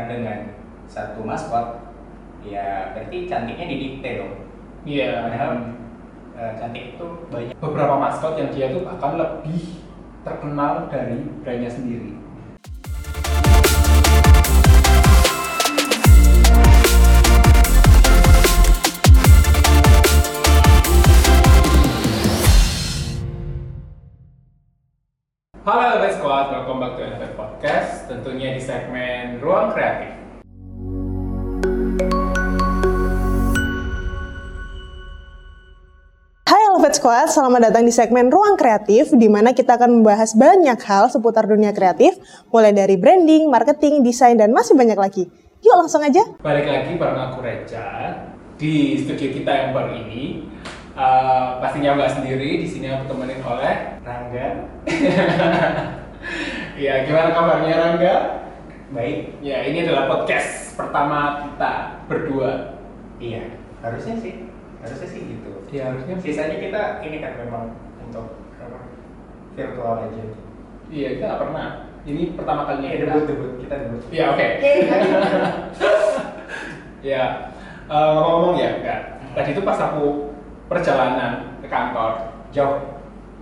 dibesarkan dengan satu maskot, ya berarti cantiknya didikte dong. Iya. Padahal cantik itu banyak. Beberapa maskot yang dia tuh akan lebih terkenal dari brandnya sendiri. Halo Elevate Squad, welcome back to Elevate Podcast, tentunya di segmen Ruang Kreatif. Hai Elevate Squad, selamat datang di segmen Ruang Kreatif, di mana kita akan membahas banyak hal seputar dunia kreatif, mulai dari branding, marketing, desain, dan masih banyak lagi. Yuk langsung aja. Balik lagi bareng aku Reja di studio kita yang baru ini. Pastinya nggak sendiri, di sini aku temenin oleh Rangga. Ya, gimana kabarnya Rangga? Baik. Ya, ini adalah podcast pertama kita berdua. Iya, harusnya sih gitu. Ya, harusnya. Sisanya kita ini kan memang untuk apa, virtual aja. Iya, kita nggak pernah. Ini pertama kalinya Debut kita debut. Ya, oke. Ya, ngomong ya, enggak. Tadi itu pas aku perjalanan ke kantor Jauh.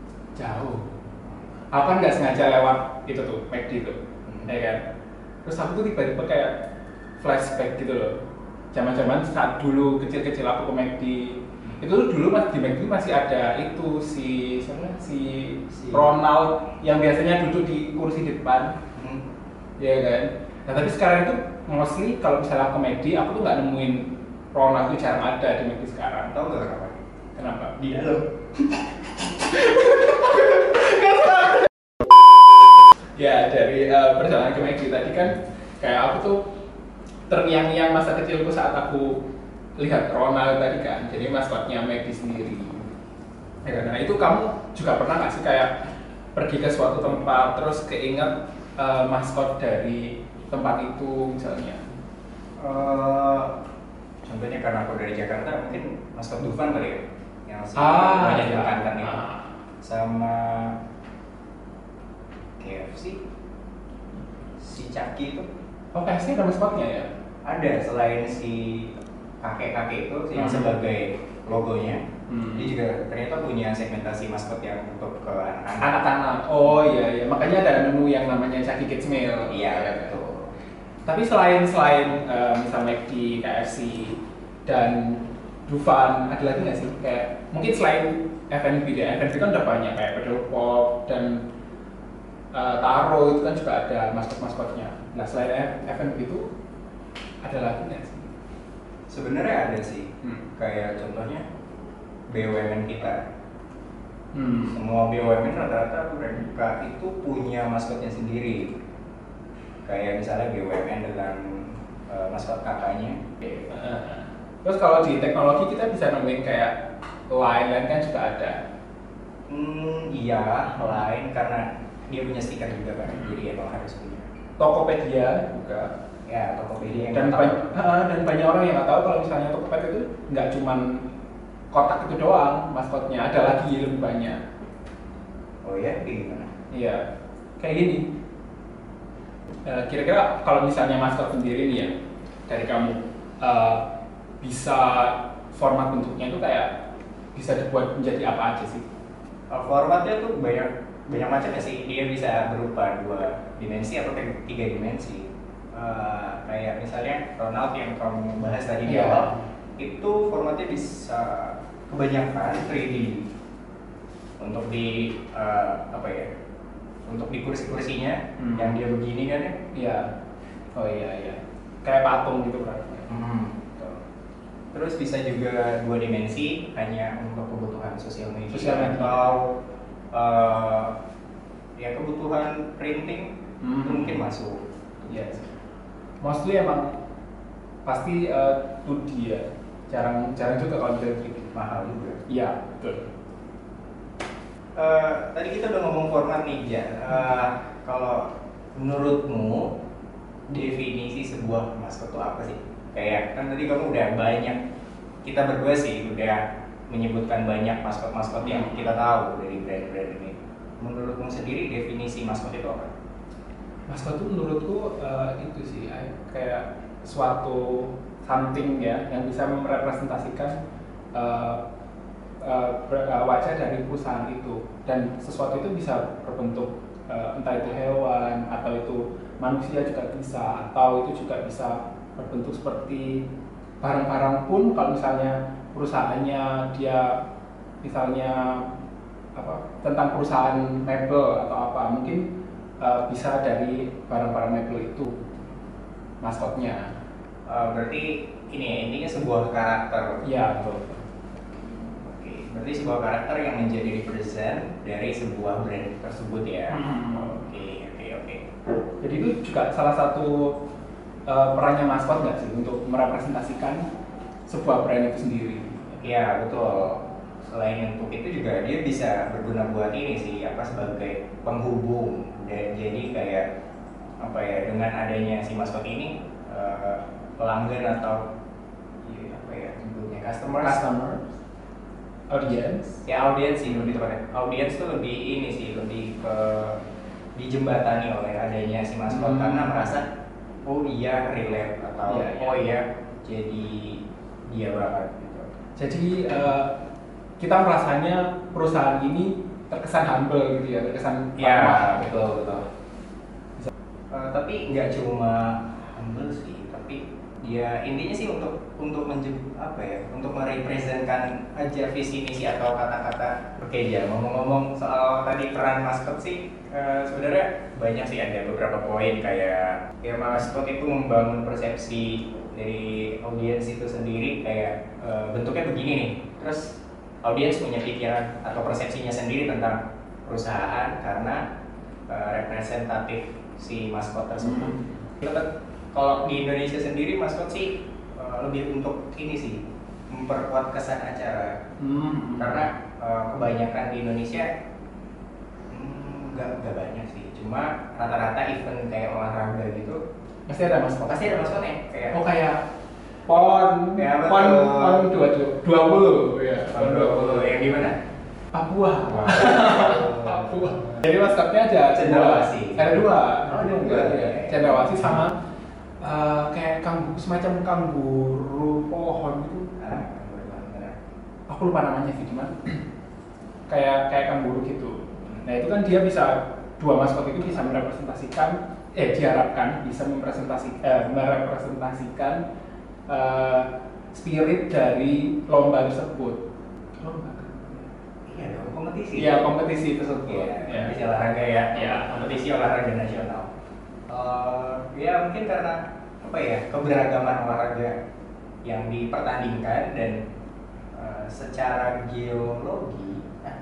Aku kan nggak sengaja lewat itu tuh McD itu, ya kan. Terus aku tuh tiba-tiba kayak flashback gitu loh. Zaman-zaman saat dulu kecil-kecil aku ke McD. Itu tuh dulu di McD masih ada itu si Ronald yang biasanya duduk di kursi depan, ya kan. Nah tapi sekarang itu mostly kalau misalnya aku ke McD, aku tuh nggak nemuin Ronald itu jarang ada di McD sekarang. Tahu nggak kenapa? Kenapa? Di dalam. Ya dari perjalanan ke McD tadi kan kayak aku tuh terngiang-ngiang masa kecilku saat aku lihat Ronald tadi kan, jadi maskotnya McD sendiri. Ya kan? Nah itu kamu juga pernah nggak sih kayak pergi ke suatu tempat terus keinget maskot dari tempat itu misalnya? Contohnya karena aku dari Jakarta, mungkin maskot Dufan kali ya, yang si ya. banyak dimakan itu, sama KFC, si Caki itu. Oh KFC ada maskotnya ya? Ada, selain si kakek-kakek itu yang sebagai logonya, dia juga ternyata punya segmentasi maskot yang untuk ke anak-anak. Anak-anak. Oh iya, makanya ada menu yang namanya Caki Kids Meal. Iya betul. Tapi selain misalnya McD, KFC, dan Dufan, ada lagi nggak sih? Kayak mungkin selain F&B deh, F&B kan udah banyak kayak Pedal Pop dan Taro itu kan juga ada maskot-maskotnya. Nah selain F&B itu ada lagi nggak sih? Sebenarnya ada sih, kayak contohnya BUMN kita. Semua BUMN rata-rata mereka itu punya maskotnya sendiri. Kayak misalnya BUMN dengan maskot kakaknya. Terus kalau di teknologi kita bisa nemuin kayak Line kan juga ada. Iya, Line karena dia punya stiker juga kan, jadi emang harus punya. Tokopedia juga. Ya, Tokopedia yang Dan banyak orang yang nggak tahu kalau misalnya Tokopedia itu nggak cuman kotak itu doang maskotnya, ada lagi lebih banyak. Oh iya, kayak gimana? Iya, kayak gini. Kira-kira kalau misalnya maskot sendiri nih ya, dari kamu bisa format bentuknya itu kayak bisa dibuat menjadi apa aja sih? Formatnya tuh banyak macam ya sih. Dia bisa berupa 2 dimensi atau 3 dimensi. Kayak misalnya Ronald yang kamu bahas tadi di awal, itu formatnya bisa kebanyakan 3D untuk di untuk di kursi-kursinya yang dia begini kan ya. Iya. Oh iya. Kayak patung gitu kan. Terus bisa juga 2 dimensi hanya untuk kebutuhan sosial media atau ya kebutuhan printing itu mungkin masuk. Yes. Mostly emang pasti 2D ya. Jarang juga kalau bisa 3D. Mahal juga. Iya, betul. Tadi kita udah ngomong format nih, Jan. Kalau menurutmu definisi sebuah maskot itu apa sih? Kayak kan tadi kamu udah banyak, kita berdua sih udah menyebutkan banyak maskot-maskot yang kita tahu dari brand-brand ini. Menurutmu sendiri definisi maskot itu apa? Maskot itu menurutku itu sih kayak suatu something ya yang bisa merepresentasikan wajah dari perusahaan itu, dan sesuatu itu bisa berbentuk entah itu hewan atau itu manusia juga bisa, atau itu juga bisa berbentuk seperti barang-barang pun. Kalau misalnya perusahaannya dia misalnya tentang perusahaan mebel atau apa, mungkin bisa dari barang-barang mebel itu maskotnya. Berarti ini ya, intinya sebuah karakter. Iya, betul. Oke, berarti sebuah karakter yang menjadi represent dari sebuah brand tersebut ya. Oke. Jadi itu juga salah satu perannya maskot nggak sih untuk merepresentasikan sebuah brand itu sendiri? Iya, betul. Selain untuk itu juga dia bisa berguna buat ini sih, sebagai penghubung. Dan jadi kayak dengan adanya si maskot ini pelanggan atau sebutnya customer, audience. ya audiens sih lebih tepatnya. Audiens tuh lebih ini sih, lebih ke dijembatani oleh adanya si maskot karena merasa oh iya relate atau oh iya jadi dia banget gitu. Jadi kita merasanya perusahaan ini terkesan humble gitu ya, terkesan ya betul. Tapi nggak cuma humble sih, tapi dia intinya sih untuk untuk merepresentkan aja visi misi atau kata-kata. Oke ya, ngomong-ngomong soal tadi peran maskot sih, sebenarnya banyak sih, ada beberapa poin kayak ya maskot itu membangun persepsi dari audiens itu sendiri, kayak bentuknya begini nih, terus audiens punya pikiran atau persepsinya sendiri tentang perusahaan karena representatif si maskot tersebut. Kalau di Indonesia sendiri maskot sih lebih untuk ini sih, memperkuat kesan acara. Karena kebanyakan di Indonesia nggak banyak sih, cuma rata-rata event kayak olahraga gitu pasti ada maskot. Pasti ada maskotnya. Kayak PON, ya, PON 20 ya. PON 20 yang di mana? Papua. Papua. Jadi maskotnya aja Cendrawasih. Ada dua. Ya. Cendrawasih sama kayak semacam kangguru pohon gitu. Aku lupa namanya sih, cuman kayak kangguru gitu. Nah itu kan dia bisa, dua maskot itu bisa merepresentasikan, diharapkan bisa merepresentasikan spirit dari lomba tersebut. Iya, kompetisi. Iya, kompetisi tersebut. Kompetisi olahraga ya. Iya, kompetisi olahraga nasional. Ya mungkin karena keberagaman olahraga yang dipertandingkan dan secara geologi,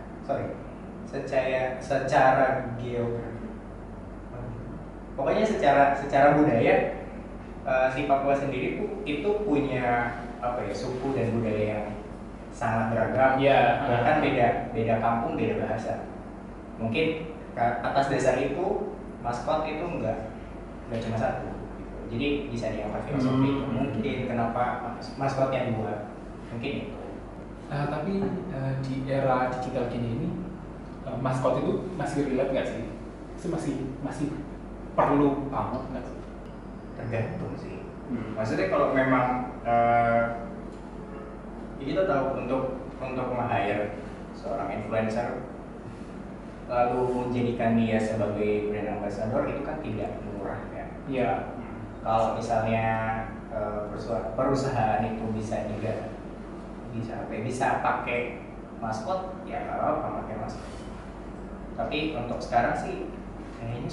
secara geografi, pokoknya secara budaya si Papua sendiri itu punya suku dan budaya yang sangat beragam. Bahkan beda kampung, beda bahasa. Mungkin atas dasar itu maskot itu enggak cuma satu gitu. Jadi bisa diangkat filosofi itu. Mungkin kenapa maskotnya dua, mungkin itu. Tapi di era digital gini ini maskot itu masih relate nggak sih? Itu masih perlu banget nggak sih? Tergantung sih. Maksudnya kalau memang kita tahu untuk nge-hire seorang influencer lalu menjadikan dia sebagai brand ambassador itu kan tidak murah ya. Iya. Kalau misalnya perusahaan itu bisa pakai maskot, ya nggak apa-apa pakai maskot. Tapi untuk sekarang sih kayaknya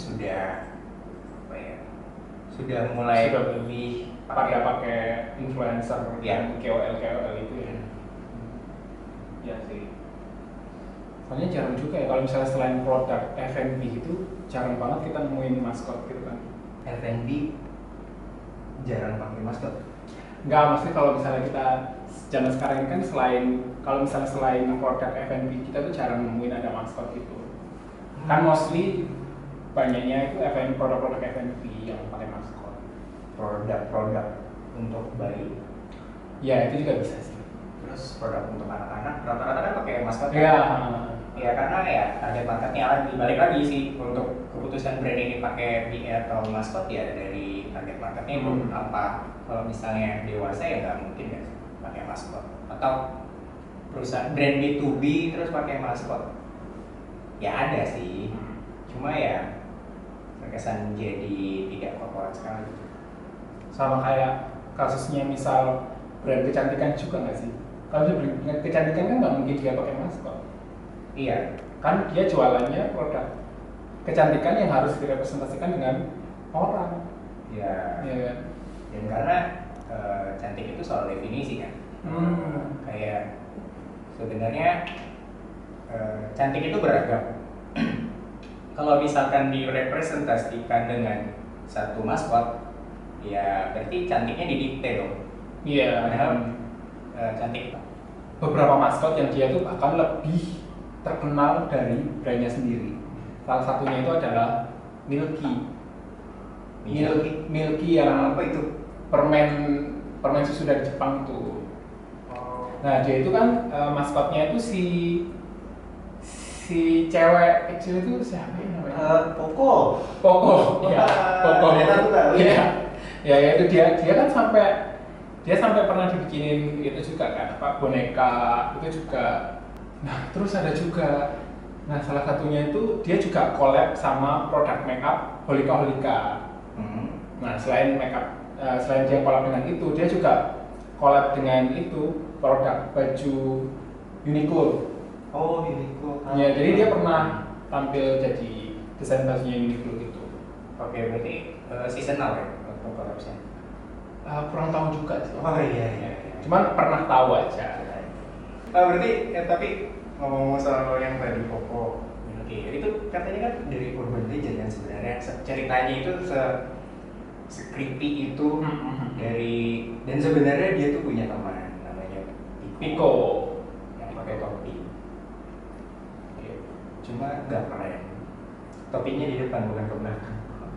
sudah mulai lebih pakai influencer yang KOL itu ya. Ya sih. Soalnya jarang juga ya kalau misalnya selain produk F&B gitu, jarang banget kita nemuin maskot gitu kan. F&B jarang pakai maskot. Enggak, maksudnya kalau misalnya kita zaman sekarang ini kan selain produk F&B kita tuh jarang nemuin ada maskot gitu. Kan mostly banyaknya itu produk-produk F&B yang pakai maskot. Produk-produk untuk bayi. Ya itu juga bisa sih. Terus produk untuk anak-anak rata-rata kan pakai maskot. Iya. Ya karena ya target marketnya lagi balik lagi sih untuk keputusan brand ini pakai BA atau maskot ya dari target marketnya itu apa. Kalau misalnya dewasa ya nggak mungkin ya pakai maskot, atau perusahaan brand B2B terus pakai maskot ya ada sih, cuma ya terkesan jadi tidak korporat sekali. Sama kayak kasusnya misal brand kecantikan juga nggak sih? Kalau brand kecantikan kan nggak mungkin dia pakai maskot. Iya, Kan dia jualannya produk kecantikan yang harus direpresentasikan dengan orang. ya. Iya kan? Dan karena cantik itu soal definisi kan. Kayak sebenarnya cantik itu beragam. Kalau misalkan direpresentasikan dengan satu maskot, ya berarti cantiknya didikte dong. Iya. Padahal cantik Beberapa maskot yang dia tuh akan lebih terkenal dari brandnya sendiri. Salah satunya itu adalah Milky. Milky yang apa itu? permen susu dari Jepang tuh. Nah dia itu kan maskotnya itu si cewek kecil itu siapa ya namanya? Poko. Ya, Poko. Iya. Ya itu dia kan sampai pernah dibikinin itu juga kan, apa boneka itu juga. Nah terus ada juga, nah salah satunya itu dia juga collab sama produk makeup Holika. Nah selain dia collab dengan itu, dia juga collab dengan itu produk baju Uniqlo. Oh, Uniqlo. Ya jadi dia pernah tampil jadi desain bajunya Uniqlo gitu. Oke, berarti seasonal ya untuk collabsnya? Kurang tahu juga sih. Oh iya. Cuman pernah tahu aja. Berarti tapi ngomong soal yang tadi Poco, itu katanya kan dari urban legend kan sebenarnya ceritanya itu se-creepy itu dari, dan sebenarnya dia tuh punya teman namanya Pico yang pakai topi. Cuma nggak keren. Topinya di depan bukan ke belakang.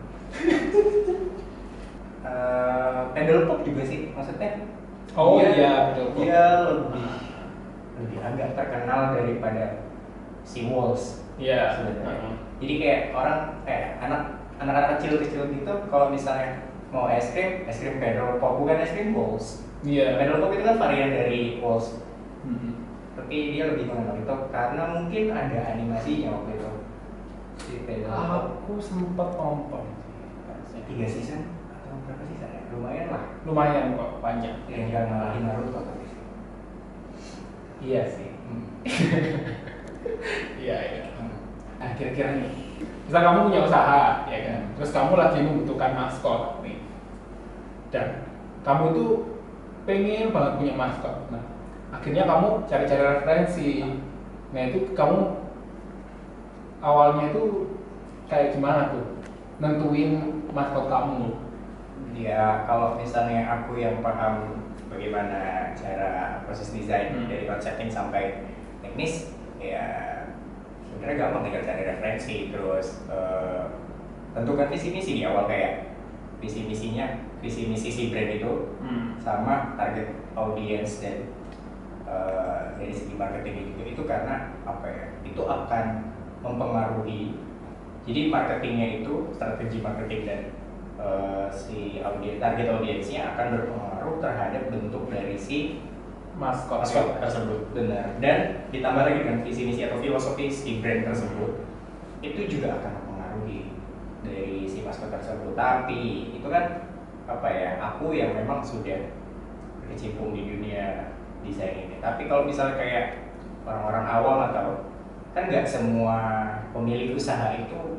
Pedal pop juga sih, maksudnya. Oh dia, iya, pedal pop. Dia lebih agak terkenal daripada si Walls. Iya. Sebenarnya. Jadi kayak anak-anak kecil gitu, kalau misalnya mau es krim pedal pop, bukan es krim Walls. Iya. Pedal pop itu kan varian dari Walls. Tapi dia lebih mengenal itu karena mungkin ada animasinya waktu itu. Si pedal pop. Aku sempat nonton. 3 season atau berapa season ya? Lumayan lah. Lumayan kok, banyak. Yang nggak ngalahin Naruto tapi. Iya sih. Iya. Nah, kira-kira nih. Misal kamu punya usaha, ya kan? Terus kamu lagi membutuhkan maskot nih. Dan kamu tuh pengen banget punya maskot. Nah, akhirnya kamu cari-cari referensi. Nah, itu kamu awalnya tuh kayak gimana tuh? Nentuin maskot kamu. Ya, kalau misalnya aku yang paham bagaimana cara proses desain dari concepting sampai teknis, ya sebenarnya gampang, tinggal cari referensi, terus tentukan visi misi di awal, kayak visi misi si brand itu sama target audience dan dari segi marketing juga, itu karena apa ya, itu akan mempengaruhi. Jadi marketingnya itu, strategi marketing dan si target audiensnya akan berpengaruh terhadap bentuk dari si maskot tersebut. Benar. Dan ditambah lagi dengan visi misi atau filosofi si brand tersebut, itu juga akan mempengaruhi dari si maskot tersebut. Tapi itu kan apa ya, aku yang memang sudah berkecimpung di dunia desain ini. Tapi kalau misalnya kayak orang-orang awam atau kan nggak semua pemilik usaha itu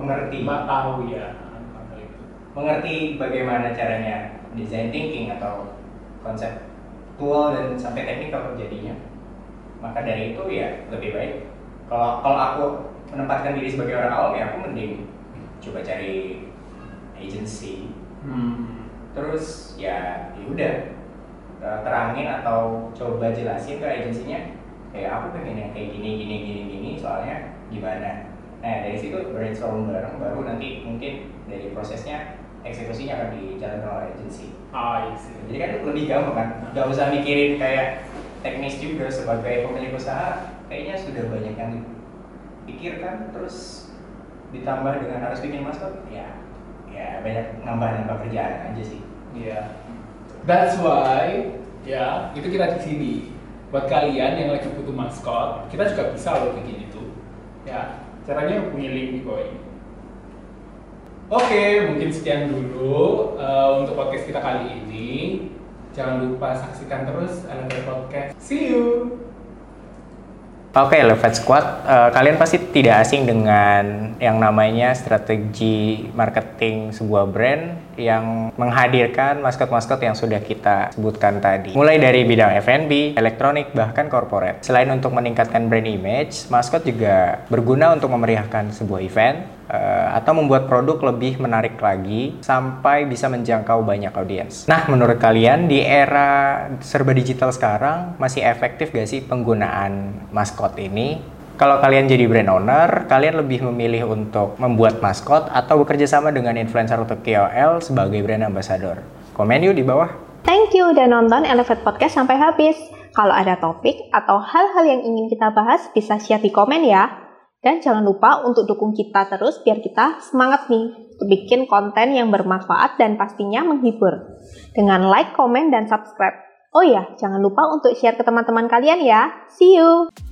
mengerti bagaimana caranya design thinking atau konseptual dan sampai teknikal jadinya. Maka dari itu ya lebih baik kalau aku menempatkan diri sebagai orang awam, ya aku mending coba cari agency. Terus ya udah terangin atau coba jelasin ke agensinya, kayak aku pengen yang kayak gini soalnya gimana. Nah dari situ brainstorm bareng, baru nanti mungkin dari prosesnya eksekusinya akan dijalankan oleh agensi. Jadi kan lebih gampang kan, nggak usah mikirin kayak teknis juga. Sebagai pemilik usaha kayaknya sudah banyak yang pikirkan, terus ditambah dengan harus bikin maskot, ya banyak nambah kerjaan aja sih. Iya. That's why itu kita di sini. Buat kalian yang lagi butuh maskot, kita juga bisa loh bikin itu. Ya, caranya hubungi link di bawah ini. Oke, mungkin sekian dulu untuk podcast kita kali ini. Jangan lupa saksikan terus Elevate Podcast. See you. Oke, Elevate Squad, kalian pasti tidak asing dengan yang namanya strategi marketing sebuah brand yang menghadirkan maskot-maskot yang sudah kita sebutkan tadi. Mulai dari bidang F&B, elektronik, bahkan corporate. Selain untuk meningkatkan brand image, maskot juga berguna untuk memeriahkan sebuah event atau membuat produk lebih menarik lagi sampai bisa menjangkau banyak audiens. Nah, menurut kalian di era serba digital sekarang masih efektif gak sih penggunaan maskot ini? Kalau kalian jadi brand owner, kalian lebih memilih untuk membuat maskot atau bekerja sama dengan influencer atau KOL sebagai brand ambassador? Komen yuk di bawah. Thank you udah nonton Elevate Podcast sampai habis. Kalau ada topik atau hal-hal yang ingin kita bahas, bisa share di komen ya. Dan jangan lupa untuk dukung kita terus biar kita semangat nih untuk bikin konten yang bermanfaat dan pastinya menghibur. Dengan like, komen, dan subscribe. Oh iya, jangan lupa untuk share ke teman-teman kalian ya. See you!